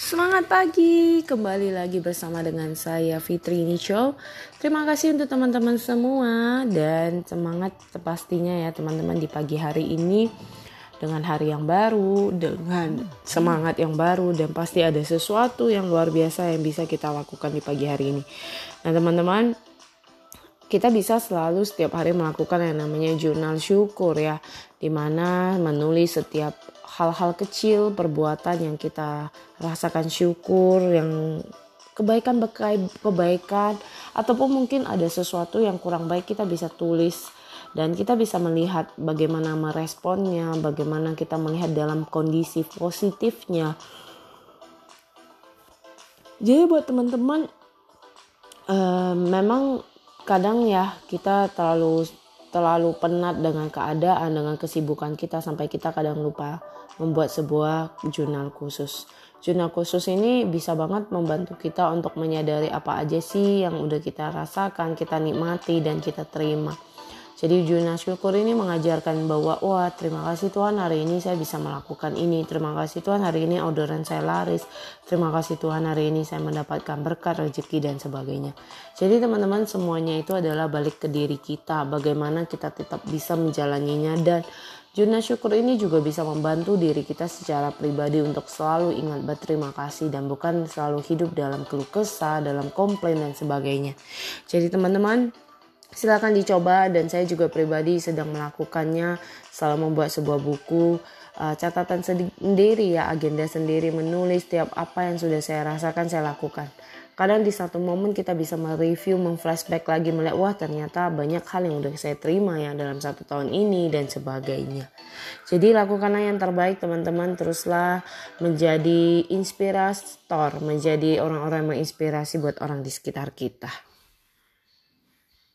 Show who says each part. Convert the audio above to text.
Speaker 1: Semangat pagi, kembali lagi bersama dengan saya Fitri Nicho. Terima kasih untuk teman-teman semua dan semangat pastinya ya teman-teman di pagi hari ini dengan hari yang baru, dengan semangat yang baru dan pasti ada sesuatu yang luar biasa yang bisa kita lakukan di pagi hari ini. Nah teman-teman, kita bisa selalu setiap hari melakukan yang namanya jurnal syukur ya, dimana menulis setiap hal-hal kecil, perbuatan yang kita rasakan syukur, yang kebaikan, ataupun mungkin ada sesuatu yang kurang baik kita bisa tulis. Dan kita bisa melihat bagaimana meresponnya, bagaimana kita melihat dalam kondisi positifnya. Jadi buat teman-teman, memang kadang ya kita terlalu penat dengan keadaan, dengan kesibukan kita sampai kita kadang lupa membuat sebuah jurnal khusus. Jurnal khusus ini bisa banget membantu kita untuk menyadari apa aja sih yang udah kita rasakan, kita nikmati dan kita terima. Jadi jurnal syukur ini mengajarkan bahwa wah terima kasih Tuhan hari ini saya bisa melakukan ini. Terima kasih Tuhan hari ini orderan saya laris. Terima kasih Tuhan hari ini saya mendapatkan berkat, rezeki dan sebagainya. Jadi teman-teman semuanya itu adalah balik ke diri kita. Bagaimana kita tetap bisa menjalaninya dan jurnal syukur ini juga bisa membantu diri kita secara pribadi untuk selalu ingat berterima kasih dan bukan selalu hidup dalam keluh kesah, dalam komplain dan sebagainya. Jadi teman-teman silakan dicoba dan saya juga pribadi sedang melakukannya, selalu membuat sebuah buku, catatan sendiri ya, agenda sendiri, menulis setiap apa yang sudah saya rasakan saya lakukan. Kadang di satu momen kita bisa mereview, memflashback lagi, melihat wah ternyata banyak hal yang udah saya terima ya dalam 1 tahun ini dan sebagainya. Jadi lakukanlah yang terbaik teman-teman, teruslah menjadi inspirator, menjadi orang-orang yang menginspirasi buat orang di sekitar kita.